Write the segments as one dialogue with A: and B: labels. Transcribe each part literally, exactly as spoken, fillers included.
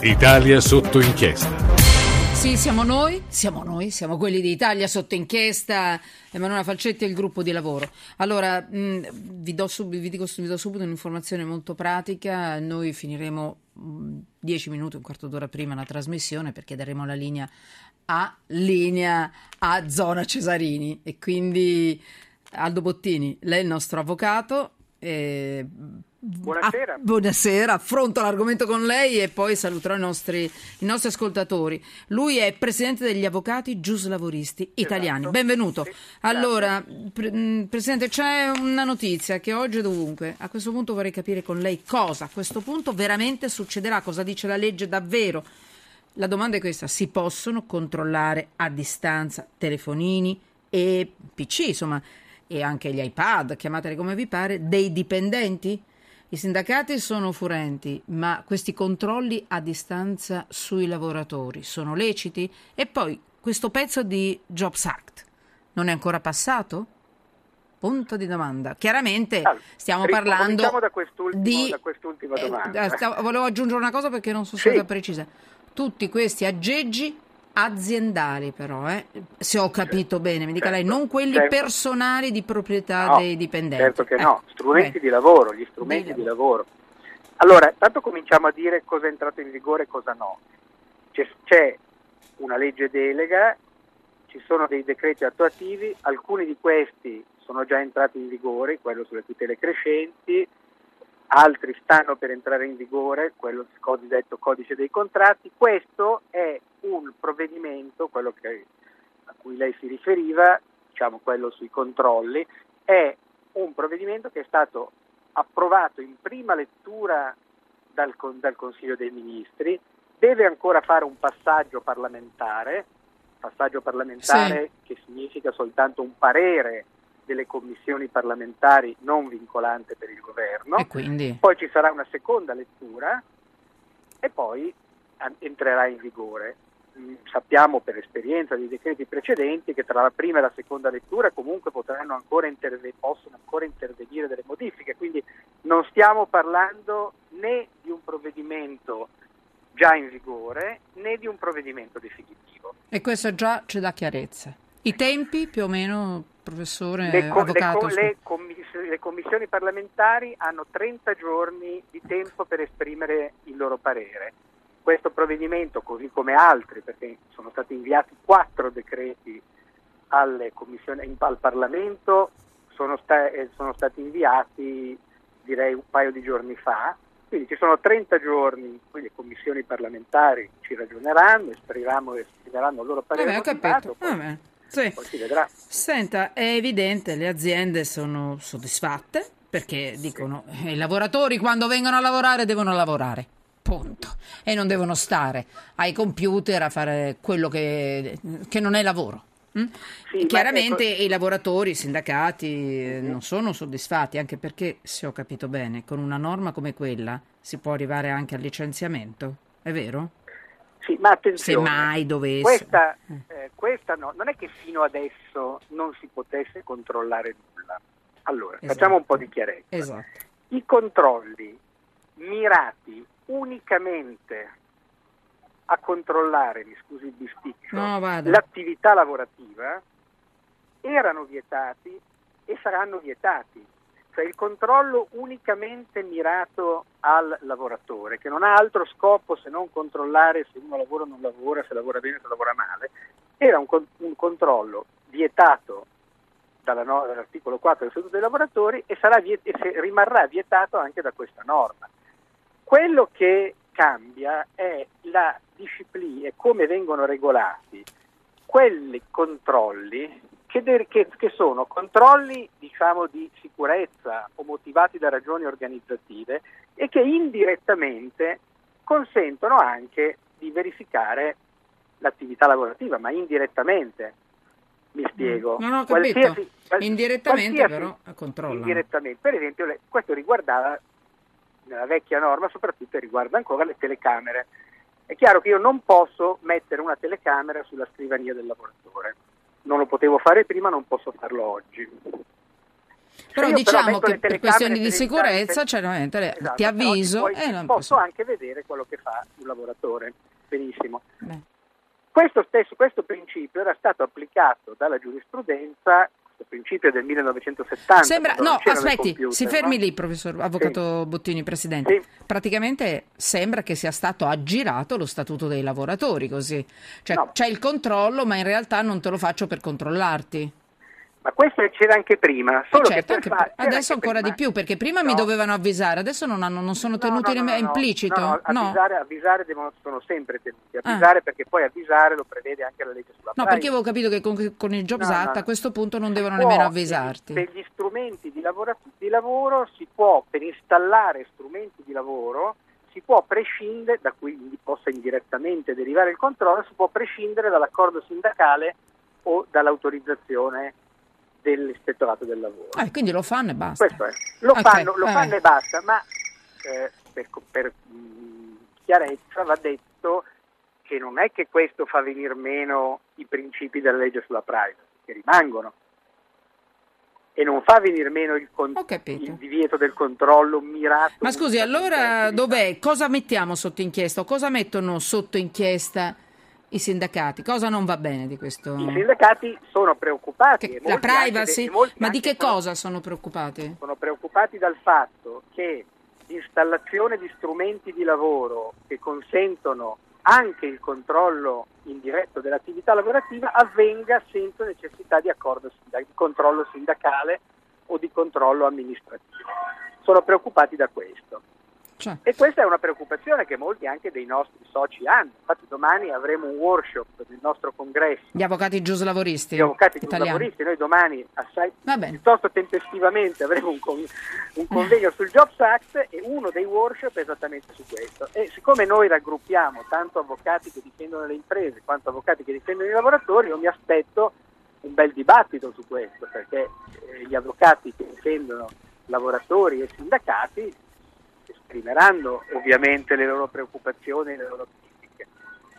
A: Italia sotto inchiesta.
B: Sì, siamo noi, siamo noi, siamo quelli di Italia sotto inchiesta, Emanuela Falcetti e il gruppo di lavoro. Allora, mh, vi, do sub, vi, dico, vi do subito un'informazione molto pratica. Noi finiremo mh, dieci minuti, un quarto d'ora prima la trasmissione, perché daremo la linea a linea a Zona Cesarini, e quindi Aldo Bottini, lei è il nostro avvocato. Eh,
C: Buonasera.
B: Ah, buonasera, affronto l'argomento con lei e poi saluterò i nostri, i nostri ascoltatori. Lui è presidente degli avvocati giuslavoristi italiani.
C: Esatto.
B: Benvenuto.
C: Sì,
B: allora, pre- Presidente, c'è una notizia che oggi è dovunque. A questo punto vorrei capire con lei cosa a questo punto veramente succederà, cosa dice la legge davvero. La domanda è questa: si possono controllare a distanza telefonini e P C, insomma, e anche gli iPad, chiamateli come vi pare, dei dipendenti? I sindacati sono furenti, ma questi controlli a distanza sui lavoratori sono leciti? E poi questo pezzo di Jobs Act non è ancora passato? Punto di domanda. Chiaramente
C: allora,
B: stiamo parlando
C: da quest'ultimo,
B: di...
C: da quest'ultima domanda.
B: Eh, stavo, volevo aggiungere una cosa perché non sono stata
C: sì.
B: precisa. Tutti questi aggeggi aziendali, però, eh? Se ho capito
C: certo,
B: bene, mi dica
C: certo,
B: lei, non quelli
C: certo.
B: personali di proprietà
C: no,
B: dei dipendenti.
C: Certo che no,
B: ecco,
C: strumenti
B: bene.
C: di lavoro, gli strumenti di lavoro. Allora, tanto cominciamo a dire cosa è entrato in vigore e cosa no. C'è, c'è una legge delega, ci sono dei decreti attuativi, alcuni di questi sono già entrati in vigore, quello sulle tutele crescenti, altri stanno per entrare in vigore, quello cosiddetto codice dei contratti. Questo è un provvedimento, quello che, a cui lei si riferiva, diciamo quello sui controlli, è un provvedimento che è stato approvato in prima lettura dal, dal Consiglio dei Ministri, deve ancora fare un passaggio parlamentare, passaggio parlamentare sì. Che significa soltanto un parere delle commissioni parlamentari non vincolante per il governo,
B: e quindi?
C: Poi ci sarà una seconda lettura e poi entrerà in vigore. Sappiamo per esperienza dei decreti precedenti che tra la prima e la seconda lettura comunque potranno ancora interve- possono ancora intervenire delle modifiche, quindi non stiamo parlando né di un provvedimento già in vigore né di un provvedimento definitivo.
B: E questo già ci dà chiarezza. I tempi più o meno, professore,
C: le co-
B: avvocato?
C: Le, co- le, commiss- le commissioni parlamentari hanno trenta giorni di tempo per esprimere il loro parere. Questo provvedimento, così come altri, perché sono stati inviati quattro decreti alle commissioni, al Parlamento, sono, sta- sono stati inviati direi un paio di giorni fa, quindi ci sono trenta giorni in cui le commissioni parlamentari ci ragioneranno, esprimeranno, esprimeranno il loro parere
B: Vabbè,
C: motivato,
B: ho
C: poi,
B: Vabbè, sì.
C: poi si vedrà.
B: Senta, è evidente, le aziende sono soddisfatte perché dicono sì. I lavoratori quando vengono a lavorare devono lavorare. Punto. E non devono stare ai computer a fare quello che, che non è lavoro. Mm?
C: Sì,
B: chiaramente
C: ecco...
B: i lavoratori, i sindacati
C: uh-huh.
B: non sono soddisfatti, anche perché, se ho capito bene, con una norma come quella si può arrivare anche al licenziamento, è vero?
C: Sì, ma attenzione,
B: se mai dovesse.
C: Questa, eh, questa no, non è che fino adesso non si potesse controllare nulla. Allora,
B: esatto.
C: Facciamo un po' di chiarezza.
B: Esatto.
C: I controlli mirati unicamente a controllare, mi scusi il bisticcio,
B: no,
C: l'attività lavorativa erano vietati e saranno vietati. Cioè il controllo unicamente mirato al lavoratore, che non ha altro scopo se non controllare se uno lavora o non lavora, se lavora bene o se lavora male, era un, un controllo vietato dalla no, dall'articolo quattro del Statuto dei lavoratori e, sarà viet- e se, rimarrà vietato anche da questa norma. Quello che cambia è la disciplina e come vengono regolati quelli controlli che, de- che, che sono controlli, diciamo, di sicurezza o motivati da ragioni organizzative e che indirettamente consentono anche di verificare l'attività lavorativa, ma indirettamente, mi spiego.
B: Non ho capito, qualsiasi, indirettamente qualsiasi, però controllano.
C: Indirettamente, per esempio, le, questo riguardava nella vecchia norma, soprattutto riguarda ancora le telecamere. È chiaro che io non posso mettere una telecamera sulla scrivania del lavoratore. Non lo potevo fare prima, non posso farlo oggi.
B: Però
C: io
B: diciamo
C: però
B: che per questioni di sicurezza, certamente, le, esatto, ti avviso...
C: Poi
B: e non
C: posso
B: posso...
C: anche vedere quello che fa un lavoratore. Benissimo.
B: Beh.
C: Questo stesso questo principio era stato applicato dalla giurisprudenza, questo principio del millenovecentosettanta.
B: Sembra, no, aspetti,
C: computer,
B: si fermi
C: no?
B: lì, professor Avvocato sì. Bottini, Presidente.
C: Sì.
B: Praticamente sembra che sia stato aggirato lo Statuto dei lavoratori, così. Cioè
C: no.
B: C'è il controllo, ma in realtà non te lo faccio per controllarti.
C: Ma questo c'era anche prima, solo
B: eh certo,
C: che
B: anche
C: fa...
B: adesso ancora
C: prima.
B: di più, perché prima
C: no.
B: mi dovevano avvisare, adesso non, hanno, non sono tenuti
C: no, no, no,
B: è
C: no,
B: implicito?
C: No, no, avvisare,
B: no.
C: avvisare devono, sono sempre tenuti, avvisare ah. perché poi avvisare lo prevede anche la legge sulla
B: No,
C: privacy.
B: perché avevo capito che con, con il Jobs
C: no,
B: Act
C: no, no.
B: a questo punto non
C: si
B: devono
C: può,
B: nemmeno avvisarti.
C: Per gli strumenti di lavoro, di lavoro si può, per installare strumenti di lavoro, si può prescindere, da cui possa indirettamente derivare il controllo, si può prescindere dall'accordo sindacale o dall'autorizzazione dell'ispettorato del lavoro.
B: Ah, quindi lo fanno e basta.
C: Questo è. Lo
B: okay.
C: fanno, lo
B: eh.
C: fanno e basta, ma eh, per, per mh, chiarezza va detto che non è che questo fa venir meno i principi della legge sulla privacy, che rimangono, e non fa venir meno il, con- il divieto del controllo mirato.
B: Ma scusi, allora dov'è? Cosa mettiamo sotto inchiesta? O cosa mettono sotto inchiesta i sindacati? Cosa non va bene di questo?
C: I sindacati sono preoccupati.
B: Che,
C: e
B: la privacy?
C: De,
B: Ma di che
C: sono,
B: cosa sono preoccupati?
C: Sono preoccupati dal fatto che l'installazione di strumenti di lavoro che consentono anche il controllo indiretto dell'attività lavorativa avvenga senza necessità di accordo sindac- di controllo sindacale o di controllo amministrativo. Sono preoccupati da questo. Cioè. E questa è una preoccupazione che molti anche dei nostri soci hanno. Infatti domani avremo un workshop nel nostro congresso.
B: Gli avvocati giuslavoristi.
C: Gli avvocati
B: italiani.
C: giuslavoristi. Noi domani assai piuttosto tempestivamente avremo un, con, un convegno sul Jobs Act e uno dei workshop è esattamente su questo. E siccome noi raggruppiamo tanto avvocati che difendono le imprese quanto avvocati che difendono i lavoratori, io mi aspetto un bel dibattito su questo, perché eh, gli avvocati che difendono lavoratori e sindacati esprimeranno ovviamente le loro preoccupazioni e le loro critiche.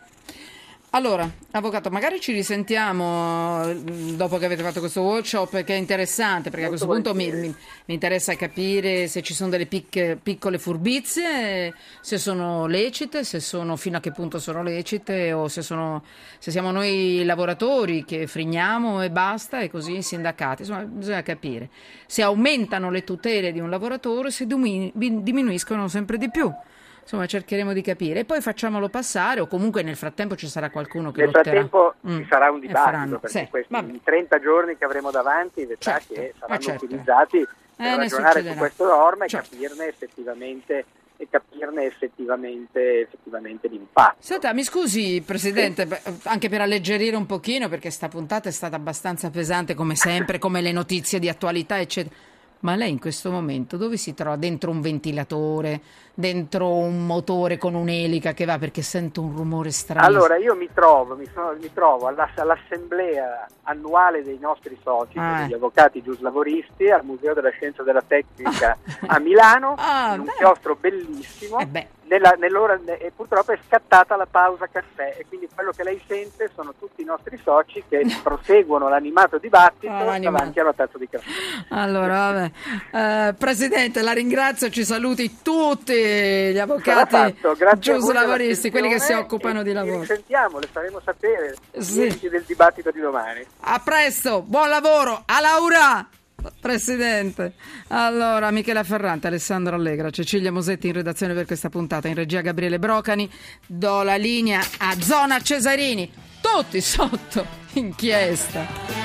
B: Allora, avvocato, magari ci risentiamo dopo che avete fatto questo workshop, che è interessante, perché Molto a questo punto mi, mi, mi interessa capire se ci sono delle pic, piccole furbizie, se sono lecite, se sono fino a che punto sono lecite, o se, sono, se siamo noi lavoratori che frigniamo e basta, e così i sindacati. Insomma, bisogna capire se aumentano le tutele di un lavoratore, se diminuiscono sempre di più. Insomma, cercheremo di capire e poi facciamolo passare, o comunque nel frattempo ci sarà qualcuno che
C: nel
B: lotterà.
C: Nel frattempo
B: mm.
C: ci sarà un dibattito, perché
B: sì,
C: questi
B: vabbè.
C: trenta giorni che avremo davanti vedrà
B: certo,
C: che saranno
B: certo.
C: utilizzati per
B: eh,
C: ragionare su questa norma e
B: certo.
C: capirne effettivamente e capirne effettivamente, effettivamente l'impatto.
B: Senta, mi scusi Presidente, sì. anche per alleggerire un pochino, perché sta puntata è stata abbastanza pesante come sempre, come le notizie di attualità eccetera. Ma lei in questo momento dove si trova? Dentro un ventilatore, dentro un motore con un'elica che va, perché sento un rumore strano?
C: Allora io mi trovo, mi, sono, mi trovo alla, all'assemblea annuale dei nostri soci, ah. degli avvocati giuslavoristi, al Museo della Scienza e della Tecnica ah. a Milano, ah, in un beh. chiostro bellissimo. Eh Nella, nell'ora, e purtroppo è scattata la pausa caffè e quindi quello che lei sente sono tutti i nostri soci che proseguono l'animato dibattito oh, davanti alla tazza di caffè.
B: Allora vabbè, uh, Presidente, la ringrazio, ci saluti tutti gli avvocati giuslavoristi, quelli che si occupano di lavoro.
C: Ci sentiamo, le faremo sapere
B: sì.
C: gli del dibattito di domani.
B: A presto, buon lavoro, a Laura! Presidente. Allora, Michela Ferrante, Alessandro Allegra, Cecilia Mosetti in redazione per questa puntata, in regia Gabriele Brocani. Do la linea a Zona Cesarini, tutti sotto inchiesta.